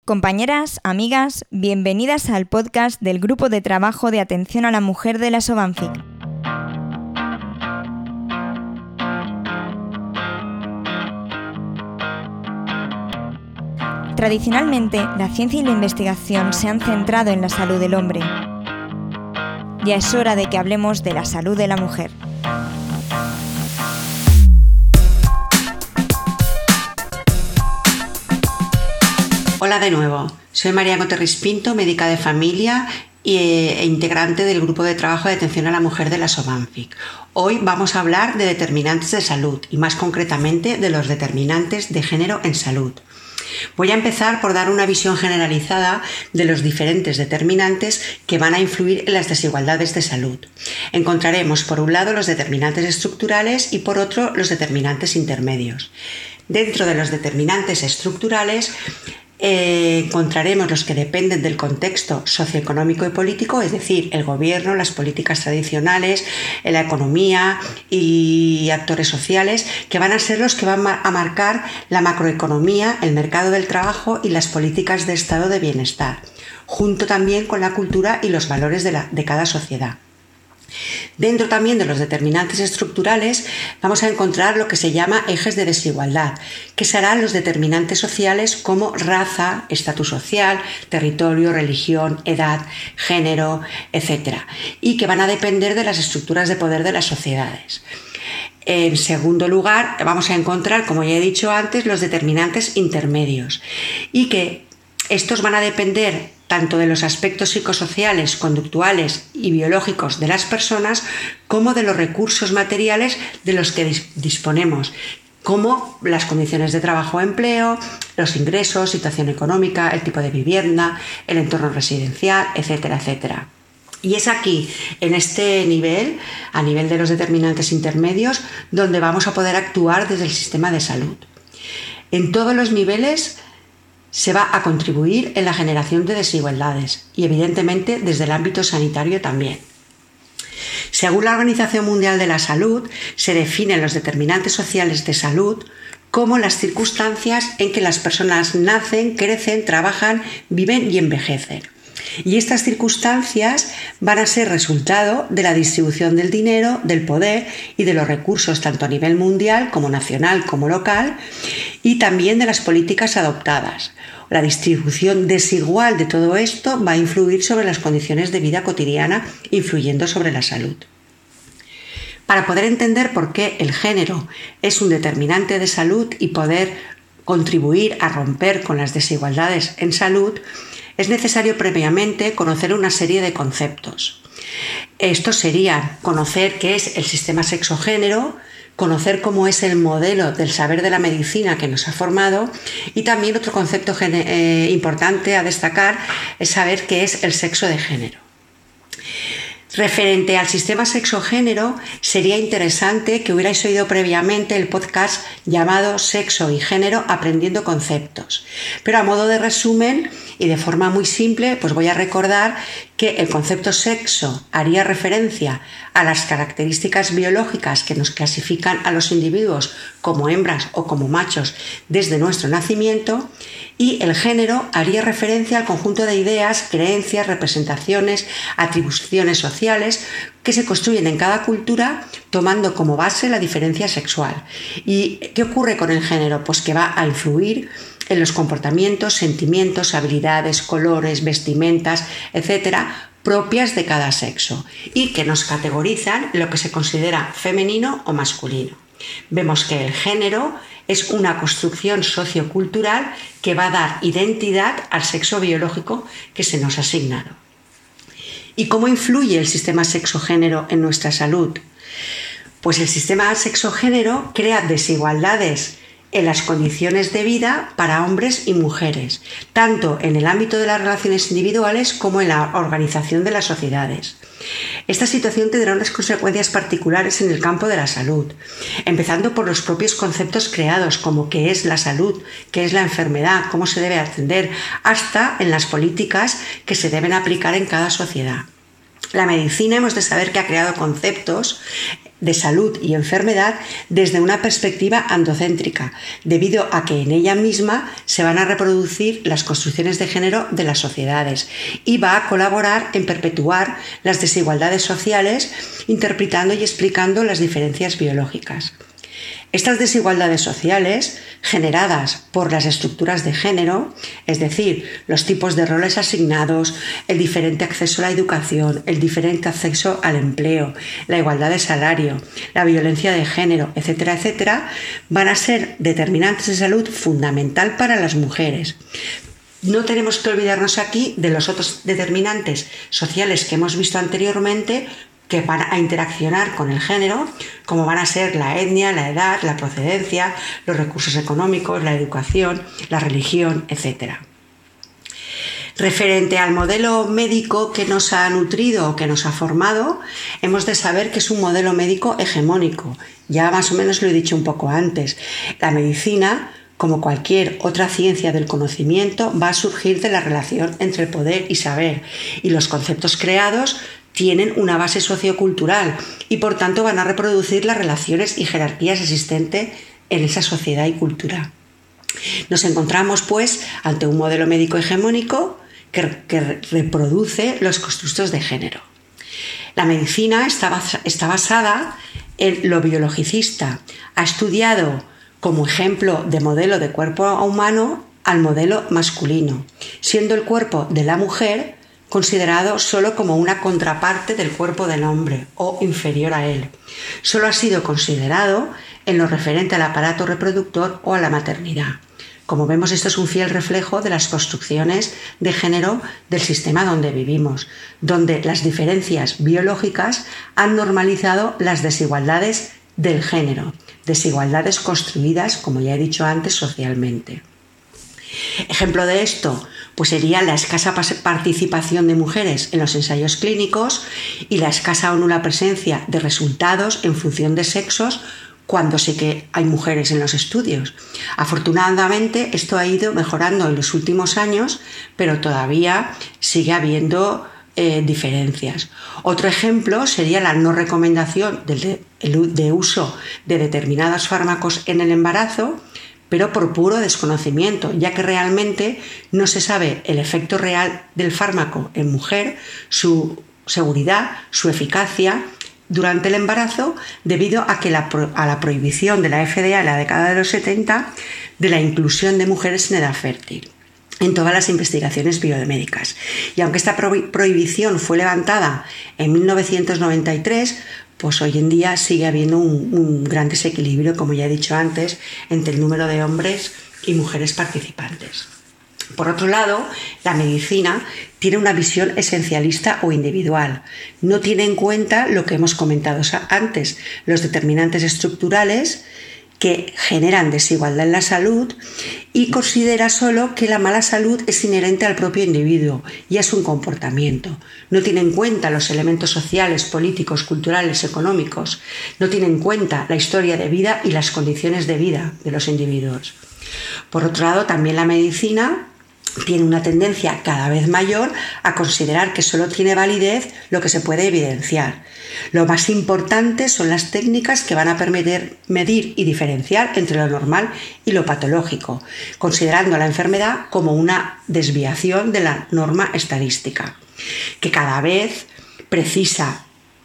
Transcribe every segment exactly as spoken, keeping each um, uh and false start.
Compañeras, amigas, bienvenidas al podcast del Grupo de Trabajo de Atención a la Mujer de la Sobanfic. Tradicionalmente, la ciencia y la investigación se han centrado en la salud del hombre. Ya es hora de que hablemos de la salud de la mujer. Hola de nuevo, soy María Goterris Pinto, médica de familia e integrante del Grupo de Trabajo de Atención a la Mujer de la Sobanfic. Hoy vamos a hablar de determinantes de salud y más concretamente de los determinantes de género en salud. Voy a empezar por dar una visión generalizada de los diferentes determinantes que van a influir en las desigualdades de salud. Encontraremos por un lado los determinantes estructurales y por otro los determinantes intermedios. Dentro de los determinantes estructurales Eh, encontraremos los que dependen del contexto socioeconómico y político, es decir, el gobierno, las políticas tradicionales, la economía y actores sociales, que van a ser los que van a marcar la macroeconomía, el mercado del trabajo y las políticas de estado de bienestar, junto también con la cultura y los valores de, la, de cada sociedad. Dentro también de los determinantes estructurales vamos a encontrar lo que se llama ejes de desigualdad, que serán los determinantes sociales como raza, estatus social, territorio, religión, edad, género, etcétera, y que van a depender de las estructuras de poder de las sociedades. En segundo lugar, vamos a encontrar, como ya he dicho antes, los determinantes intermedios, y que estos van a depender tanto de los aspectos psicosociales, conductuales y biológicos de las personas, como de los recursos materiales de los que disponemos, como las condiciones de trabajo o empleo, los ingresos, situación económica, el tipo de vivienda, el entorno residencial, etcétera, etcétera. Y es aquí, en este nivel, a nivel de los determinantes intermedios, donde vamos a poder actuar desde el sistema de salud. En todos los niveles se va a contribuir en la generación de desigualdades y evidentemente desde el ámbito sanitario también. Según la Organización Mundial de la Salud, se definen los determinantes sociales de salud como las circunstancias en que las personas nacen, crecen, trabajan, viven y envejecen. Y estas circunstancias van a ser resultado de la distribución del dinero, del poder y de los recursos tanto a nivel mundial como nacional como local, y también de las políticas adoptadas. La distribución desigual de todo esto va a influir sobre las condiciones de vida cotidiana, influyendo sobre la salud. Para poder entender por qué el género es un determinante de salud y poder contribuir a romper con las desigualdades en salud, es necesario previamente conocer una serie de conceptos. Estos serían conocer qué es el sistema sexo-género, conocer cómo es el modelo del saber de la medicina que nos ha formado, y también otro concepto eh, importante a destacar es saber qué es el sexo de género. Referente al sistema sexo-género, sería interesante que hubierais oído previamente el podcast llamado Sexo y Género aprendiendo conceptos. Pero a modo de resumen y de forma muy simple, pues voy a recordar que el concepto sexo haría referencia a las características biológicas que nos clasifican a los individuos como hembras o como machos desde nuestro nacimiento, y el género haría referencia al conjunto de ideas, creencias, representaciones, atribuciones sociales que se construyen en cada cultura tomando como base la diferencia sexual. ¿Y qué ocurre con el género? Pues que va a influir en los comportamientos, sentimientos, habilidades, colores, vestimentas, etcétera, propias de cada sexo y que nos categorizan lo que se considera femenino o masculino. Vemos que el género es una construcción sociocultural que va a dar identidad al sexo biológico que se nos ha asignado. ¿Y cómo influye el sistema sexo-género en nuestra salud? Pues el sistema sexo-género crea desigualdades en las condiciones de vida para hombres y mujeres, tanto en el ámbito de las relaciones individuales como en la organización de las sociedades. Esta situación tendrá unas consecuencias particulares en el campo de la salud, empezando por los propios conceptos creados, como qué es la salud, qué es la enfermedad, cómo se debe atender, hasta en las políticas que se deben aplicar en cada sociedad. La medicina hemos de saber que ha creado conceptos de salud y enfermedad desde una perspectiva androcéntrica, debido a que en ella misma se van a reproducir las construcciones de género de las sociedades y va a colaborar en perpetuar las desigualdades sociales, interpretando y explicando las diferencias biológicas. Estas desigualdades sociales, generadas por las estructuras de género, es decir, los tipos de roles asignados, el diferente acceso a la educación, el diferente acceso al empleo, la igualdad de salario, la violencia de género, etcétera, etcétera, van a ser determinantes de salud fundamental para las mujeres. No tenemos que olvidarnos aquí de los otros determinantes sociales que hemos visto anteriormente, que van a interaccionar con el género, como van a ser la etnia, la edad, la procedencia, los recursos económicos, la educación, la religión, etcétera. Referente al modelo médico que nos ha nutrido o que nos ha formado, hemos de saber que es un modelo médico hegemónico. Ya más o menos lo he dicho un poco antes. La medicina, como cualquier otra ciencia del conocimiento, va a surgir de la relación entre el poder y saber, y los conceptos creados tienen una base sociocultural y por tanto van a reproducir las relaciones y jerarquías existentes en esa sociedad y cultura. Nos encontramos pues ante un modelo médico hegemónico que, que reproduce los constructos de género. La medicina está, está basada en lo biologicista. Ha estudiado como ejemplo de modelo de cuerpo humano al modelo masculino, siendo el cuerpo de la mujer considerado solo como una contraparte del cuerpo del hombre o inferior a él. Solo ha sido considerado en lo referente al aparato reproductor o a la maternidad. Como vemos, esto es un fiel reflejo de las construcciones de género del sistema donde vivimos, donde las diferencias biológicas han normalizado las desigualdades del género, desigualdades construidas, como ya he dicho antes, socialmente. Ejemplo de esto, pues sería la escasa participación de mujeres en los ensayos clínicos y la escasa o nula presencia de resultados en función de sexos cuando sí que hay mujeres en los estudios. Afortunadamente esto ha ido mejorando en los últimos años, pero todavía sigue habiendo eh, diferencias. Otro ejemplo sería la no recomendación de, de uso de determinados fármacos en el embarazo, pero por puro desconocimiento, ya que realmente no se sabe el efecto real del fármaco en mujer, su seguridad, su eficacia durante el embarazo, debido a, que la, a la prohibición de la F D A en la década de los setenta de la inclusión de mujeres en edad fértil en todas las investigaciones biomédicas. Y aunque esta prohibición fue levantada en mil novecientos noventa y tres, pues hoy en día sigue habiendo un, un gran desequilibrio, como ya he dicho antes, entre el número de hombres y mujeres participantes. Por otro lado, la medicina tiene una visión esencialista o individual. No tiene en cuenta lo que hemos comentado antes, los determinantes estructurales que generan desigualdad en la salud, y considera solo que la mala salud es inherente al propio individuo y es un comportamiento. No tiene en cuenta los elementos sociales, políticos, culturales, económicos. No tiene en cuenta la historia de vida y las condiciones de vida de los individuos. Por otro lado, también la medicina tiene una tendencia cada vez mayor a considerar que solo tiene validez lo que se puede evidenciar. Lo más importante son las técnicas que van a permitir medir y diferenciar entre lo normal y lo patológico, considerando la enfermedad como una desviación de la norma estadística, que cada vez precisa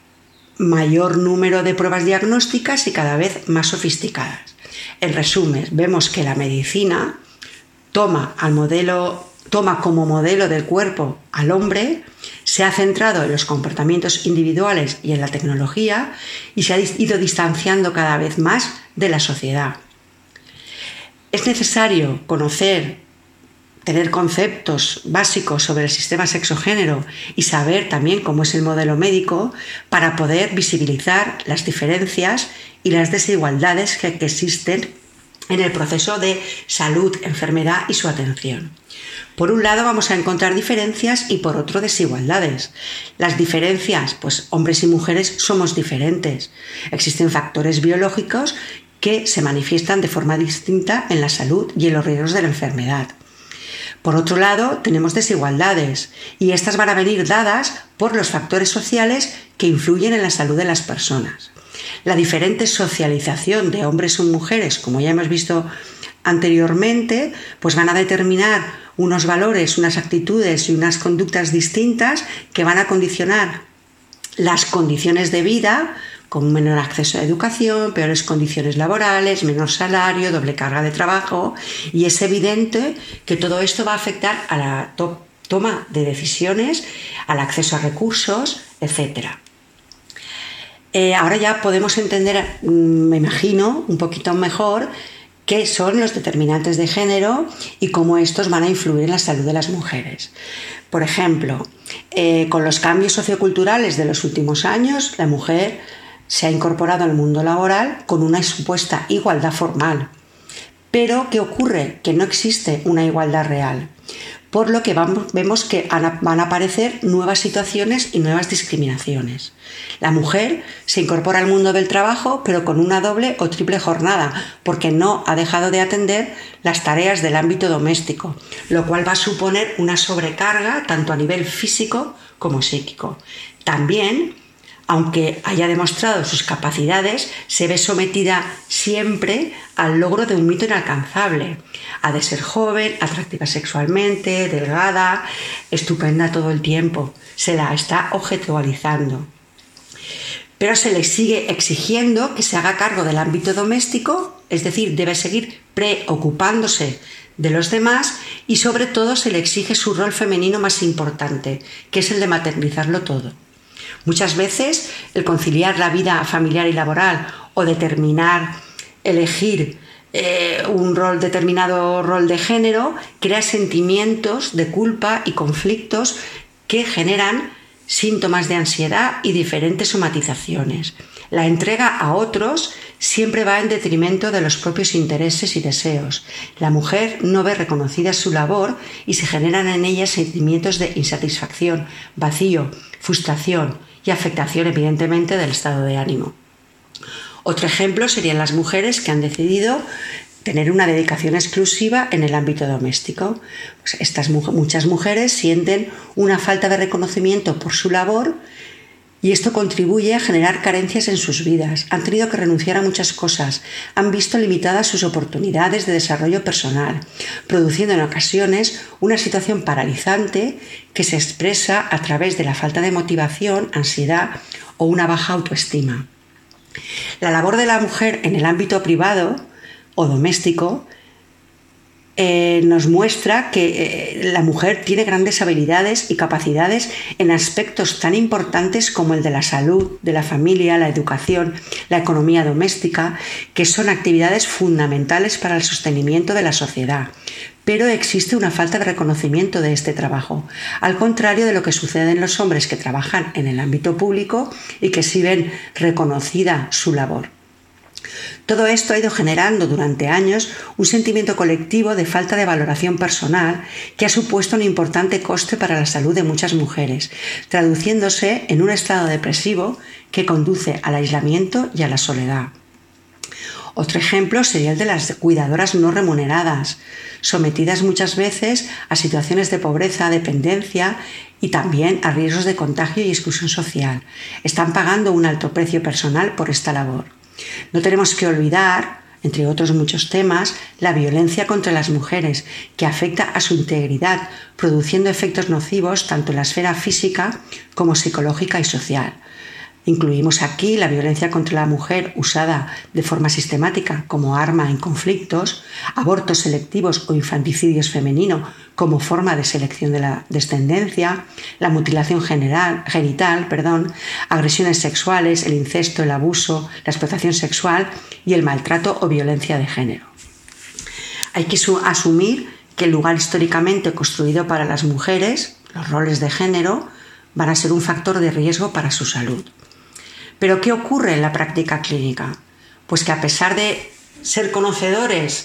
mayor número de pruebas diagnósticas y cada vez más sofisticadas. En resumen, vemos que la medicina toma, al modelo, toma como modelo del cuerpo al hombre, se ha centrado en los comportamientos individuales y en la tecnología y se ha ido distanciando cada vez más de la sociedad. Es necesario conocer, tener conceptos básicos sobre el sistema sexo-género y saber también cómo es el modelo médico para poder visibilizar las diferencias y las desigualdades que, que existen en el proceso de salud, enfermedad y su atención. Por un lado vamos a encontrar diferencias y por otro desigualdades. Las diferencias, pues hombres y mujeres somos diferentes. Existen factores biológicos que se manifiestan de forma distinta en la salud y en los riesgos de la enfermedad. Por otro lado, tenemos desigualdades y estas van a venir dadas por los factores sociales que influyen en la salud de las personas. La diferente socialización de hombres o mujeres, como ya hemos visto anteriormente, pues van a determinar unos valores, unas actitudes y unas conductas distintas que van a condicionar las condiciones de vida, con un menor acceso a educación, peores condiciones laborales, menor salario, doble carga de trabajo, y es evidente que todo esto va a afectar a la to- toma de decisiones, al acceso a recursos, etcétera. Eh, ahora ya podemos entender, me imagino, un poquito mejor qué son los determinantes de género y cómo estos van a influir en la salud de las mujeres. Por ejemplo, eh, con los cambios socioculturales de los últimos años, la mujer se ha incorporado al mundo laboral con una supuesta igualdad formal. Pero, ¿qué ocurre? Que no existe una igualdad real. Por lo que vamos, vemos que van a aparecer nuevas situaciones y nuevas discriminaciones. La mujer se incorpora al mundo del trabajo, pero con una doble o triple jornada, porque no ha dejado de atender las tareas del ámbito doméstico, lo cual va a suponer una sobrecarga tanto a nivel físico como psíquico. También, aunque haya demostrado sus capacidades, se ve sometida siempre al logro de un mito inalcanzable. Ha de ser joven, atractiva sexualmente, delgada, estupenda todo el tiempo. Se la está objetualizando. Pero se le sigue exigiendo que se haga cargo del ámbito doméstico, es decir, debe seguir preocupándose de los demás y sobre todo se le exige su rol femenino más importante, que es el de maternizarlo todo. Muchas veces el conciliar la vida familiar y laboral o determinar, elegir eh, un rol determinado rol de género crea sentimientos de culpa y conflictos que generan síntomas de ansiedad y diferentes somatizaciones. La entrega a otros siempre va en detrimento de los propios intereses y deseos. La mujer no ve reconocida su labor y se generan en ella sentimientos de insatisfacción, vacío, frustración y afectación evidentemente del estado de ánimo. Otro ejemplo serían las mujeres que han decidido tener una dedicación exclusiva en el ámbito doméstico. Pues estas muchas mujeres sienten una falta de reconocimiento por su labor y esto contribuye a generar carencias en sus vidas. Han tenido que renunciar a muchas cosas, han visto limitadas sus oportunidades de desarrollo personal, produciendo en ocasiones una situación paralizante que se expresa a través de la falta de motivación, ansiedad o una baja autoestima. La labor de la mujer en el ámbito privado o doméstico eh, nos muestra que eh, la mujer tiene grandes habilidades y capacidades en aspectos tan importantes como el de la salud, de la familia, la educación, la economía doméstica, que son actividades fundamentales para el sostenimiento de la sociedad. Pero existe una falta de reconocimiento de este trabajo, al contrario de lo que sucede en los hombres que trabajan en el ámbito público y que sí ven reconocida su labor. Todo esto ha ido generando durante años un sentimiento colectivo de falta de valoración personal que ha supuesto un importante coste para la salud de muchas mujeres, traduciéndose en un estado depresivo que conduce al aislamiento y a la soledad. Otro ejemplo sería el de las cuidadoras no remuneradas, sometidas muchas veces a situaciones de pobreza, dependencia y también a riesgos de contagio y exclusión social. Están pagando un alto precio personal por esta labor. No tenemos que olvidar, entre otros muchos temas, la violencia contra las mujeres, que afecta a su integridad, produciendo efectos nocivos tanto en la esfera física como psicológica y social. Incluimos aquí la violencia contra la mujer usada de forma sistemática como arma en conflictos, abortos selectivos o infanticidios femenino como forma de selección de la descendencia, la mutilación general, genital, perdón, agresiones sexuales, el incesto, el abuso, la explotación sexual y el maltrato o violencia de género. Hay que asumir que el lugar históricamente construido para las mujeres, los roles de género, van a ser un factor de riesgo para su salud. ¿Pero qué ocurre en la práctica clínica? Pues que a pesar de ser conocedores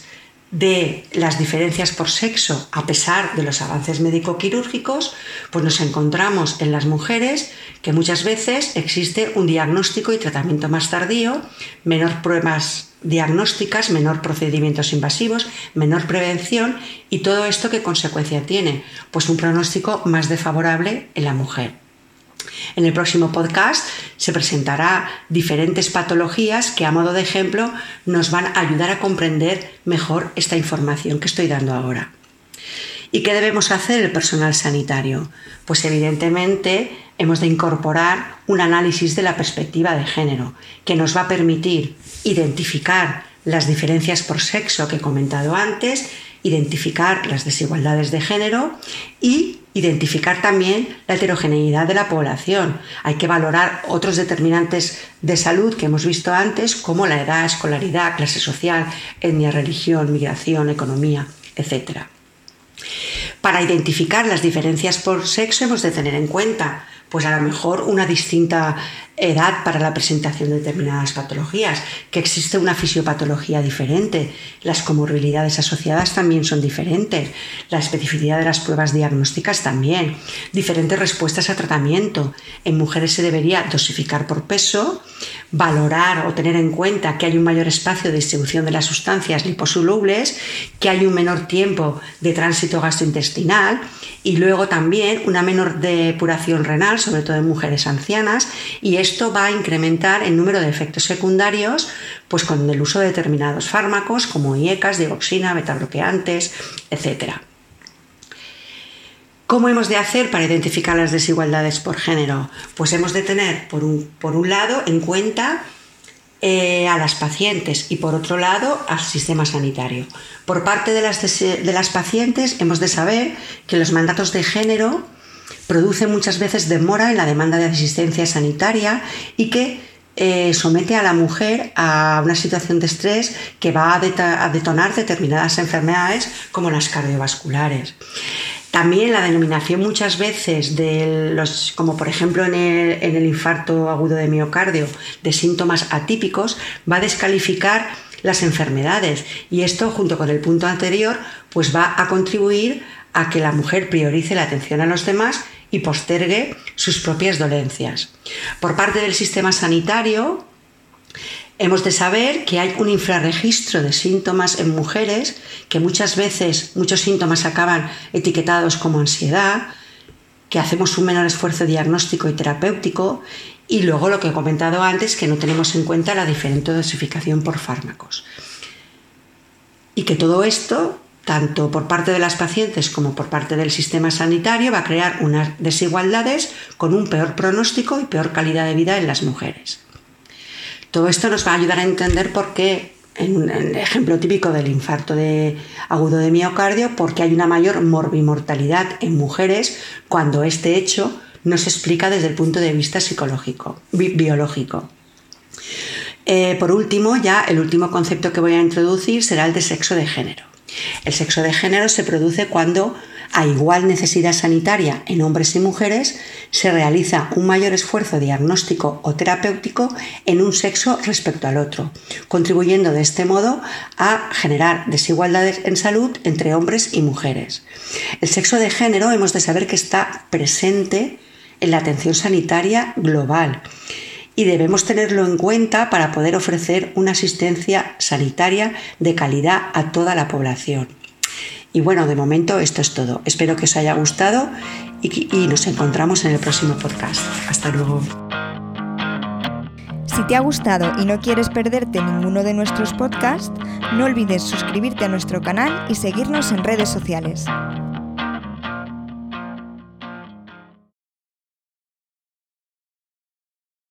de las diferencias por sexo a pesar de los avances médico-quirúrgicos, pues nos encontramos en las mujeres que muchas veces existe un diagnóstico y tratamiento más tardío, menor pruebas diagnósticas, menor procedimientos invasivos, menor prevención, y todo esto ¿qué consecuencia tiene? Pues un pronóstico más desfavorable en la mujer. En el próximo podcast se presentará diferentes patologías que, a modo de ejemplo, nos van a ayudar a comprender mejor esta información que estoy dando ahora. ¿Y qué debemos hacer el personal sanitario? Pues evidentemente hemos de incorporar un análisis de la perspectiva de género que nos va a permitir identificar las diferencias por sexo que he comentado antes, identificar las desigualdades de género y identificar también la heterogeneidad de la población. Hay que valorar otros determinantes de salud que hemos visto antes, como la edad, escolaridad, clase social, etnia, religión, migración, economía, etcétera. Para identificar las diferencias por sexo hemos de tener en cuenta, pues a lo mejor una distinta edad para la presentación de determinadas patologías, que existe una fisiopatología diferente, las comorbilidades asociadas también son diferentes, la especificidad de las pruebas diagnósticas también, diferentes respuestas a tratamiento. En mujeres se debería dosificar por peso, valorar o tener en cuenta que hay un mayor espacio de distribución de las sustancias liposolubles, que hay un menor tiempo de tránsito gastrointestinal y luego también una menor depuración renal, sobre todo en mujeres ancianas, y esto va a incrementar el número de efectos secundarios pues con el uso de determinados fármacos como I E C As, digoxina, betabloqueantes, etcétera. ¿Cómo hemos de hacer para identificar las desigualdades por género? Pues hemos de tener, por un, por un lado, en cuenta eh, a las pacientes y, por otro lado, al sistema sanitario. Por parte de las, de las pacientes hemos de saber que los mandatos de género producen muchas veces demora en la demanda de asistencia sanitaria y que eh, somete a la mujer a una situación de estrés que va a, det- a detonar determinadas enfermedades como las cardiovasculares. También la denominación muchas veces de los, como por ejemplo en el, en el infarto agudo de miocardio, de síntomas atípicos, va a descalificar las enfermedades, y esto junto con el punto anterior pues va a contribuir a que la mujer priorice la atención a los demás y postergue sus propias dolencias. Por parte del sistema sanitario hemos de saber que hay un infrarregistro de síntomas en mujeres, que muchas veces muchos síntomas acaban etiquetados como ansiedad, que hacemos un menor esfuerzo diagnóstico y terapéutico, y luego lo que he comentado antes, que no tenemos en cuenta la diferente dosificación por fármacos. Y que todo esto, tanto por parte de las pacientes como por parte del sistema sanitario, va a crear unas desigualdades con un peor pronóstico y peor calidad de vida en las mujeres. Todo esto nos va a ayudar a entender por qué, en el ejemplo típico del infarto de, agudo de miocardio, por qué hay una mayor morbimortalidad en mujeres cuando este hecho no se explica desde el punto de vista psicológico, bi- biológico. Eh, por último, ya el último concepto que voy a introducir será el de sexo de género. El sexo de género se produce cuando, a igual necesidad sanitaria en hombres y mujeres, se realiza un mayor esfuerzo diagnóstico o terapéutico en un sexo respecto al otro, contribuyendo de este modo a generar desigualdades en salud entre hombres y mujeres. El sexo de género hemos de saber que está presente en la atención sanitaria global y debemos tenerlo en cuenta para poder ofrecer una asistencia sanitaria de calidad a toda la población. Y bueno, de momento esto es todo. Espero que os haya gustado y, y nos encontramos en el próximo podcast. Hasta luego. Si te ha gustado y no quieres perderte ninguno de nuestros podcasts, no olvides suscribirte a nuestro canal y seguirnos en redes sociales.